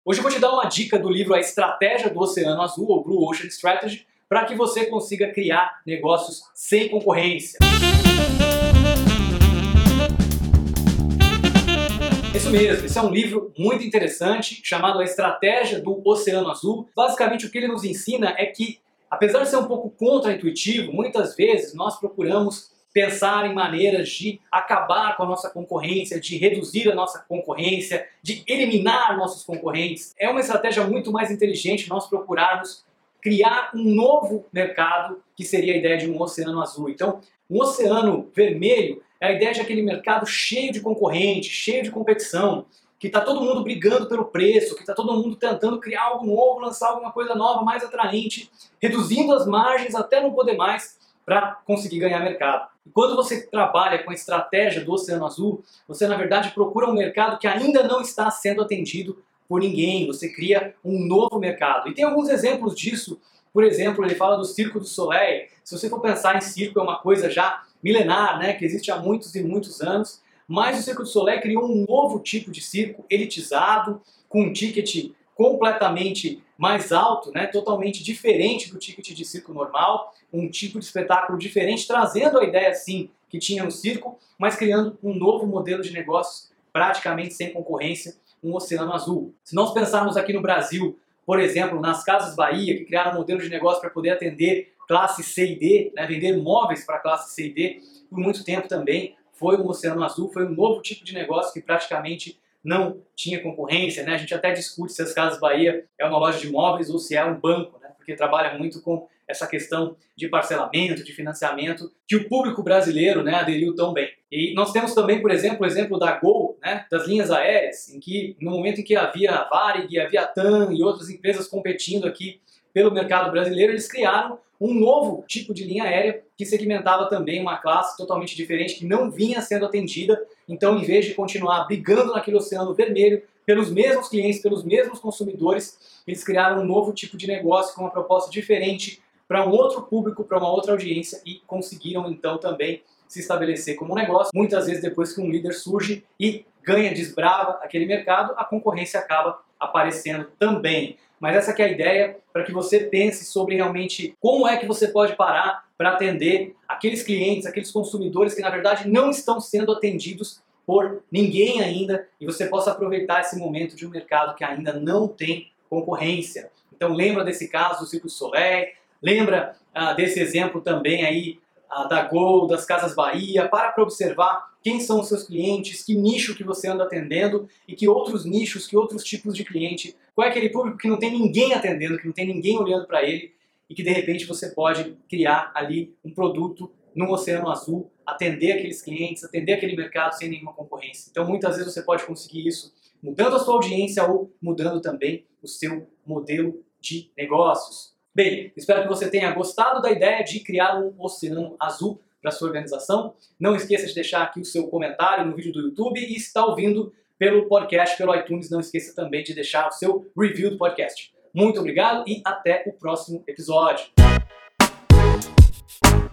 Hoje eu vou te dar uma dica do livro A Estratégia do Oceano Azul, ou Blue Ocean Strategy, para que você consiga criar negócios sem concorrência. Isso mesmo, esse é um livro muito interessante, chamado A Estratégia do Oceano Azul. Basicamente o que ele nos ensina é que, apesar de ser um pouco contra-intuitivo, muitas vezes nós procuramos pensar em maneiras de acabar com a nossa concorrência, de reduzir a nossa concorrência, de eliminar nossos concorrentes. É uma estratégia muito mais inteligente nós procurarmos criar um novo mercado, que seria a ideia de um oceano azul. Então, um oceano vermelho é a ideia de aquele mercado cheio de concorrente, cheio de competição, que está todo mundo brigando pelo preço, que está todo mundo tentando criar algo novo, lançar alguma coisa nova, mais atraente, reduzindo as margens até não poder mais, para conseguir ganhar mercado. E quando você trabalha com a estratégia do Oceano Azul, você na verdade procura um mercado que ainda não está sendo atendido por ninguém, você cria um novo mercado. E tem alguns exemplos disso. Por exemplo, ele fala do Cirque du Soleil. Se você for pensar em circo, é uma coisa já milenar, né, que existe há muitos e muitos anos, mas o Cirque du Soleil criou um novo tipo de circo elitizado, com um ticket completamente mais alto, né, totalmente diferente do ticket de circo normal, um tipo de espetáculo diferente, trazendo a ideia sim que tinha no circo, mas criando um novo modelo de negócios praticamente sem concorrência, um oceano azul. Se nós pensarmos aqui no Brasil, por exemplo, nas Casas Bahia, que criaram um modelo de negócio para poder atender classe C e D, né, vender móveis para classe C e D, por muito tempo também foi um oceano azul, foi um novo tipo de negócio que praticamente não tinha concorrência, né? A gente até discute se as Casas Bahia é uma loja de imóveis ou se é um banco, né? Porque trabalha muito com essa questão de parcelamento, de financiamento, que o público brasileiro, né, aderiu tão bem. E nós temos também, por exemplo, o exemplo da Gol, né, das linhas aéreas, em que no momento em que havia a Varig, a Viatan e outras empresas competindo aqui pelo mercado brasileiro, eles criaram um novo tipo de linha aérea que segmentava também uma classe totalmente diferente, que não vinha sendo atendida. Então, em vez de continuar brigando naquele oceano vermelho, pelos mesmos clientes, pelos mesmos consumidores, eles criaram um novo tipo de negócio com uma proposta diferente para um outro público, para uma outra audiência, e conseguiram então também se estabelecer como um negócio. Muitas vezes depois que um líder surge e ganha, desbrava aquele mercado, a concorrência acaba aparecendo também. Mas essa que é a ideia, para que você pense sobre realmente como é que você pode parar para atender aqueles clientes, aqueles consumidores que na verdade não estão sendo atendidos por ninguém ainda, e você possa aproveitar esse momento de um mercado que ainda não tem concorrência. Então lembra desse caso do Cirque du Soleil, lembra desse exemplo também aí da Gol, das Casas Bahia, para observar quem são os seus clientes, que nicho que você anda atendendo e que outros nichos, que outros tipos de cliente, qual é aquele público que não tem ninguém atendendo, que não tem ninguém olhando para ele e que de repente você pode criar ali um produto no oceano azul, atender aqueles clientes, atender aquele mercado sem nenhuma concorrência. Então muitas vezes você pode conseguir isso mudando a sua audiência ou mudando também o seu modelo de negócios. Bem, espero que você tenha gostado da ideia de criar um oceano azul para sua organização. Não esqueça de deixar aqui o seu comentário no vídeo do YouTube e se está ouvindo pelo podcast, pelo iTunes, não esqueça também de deixar o seu review do podcast. Muito obrigado e até o próximo episódio.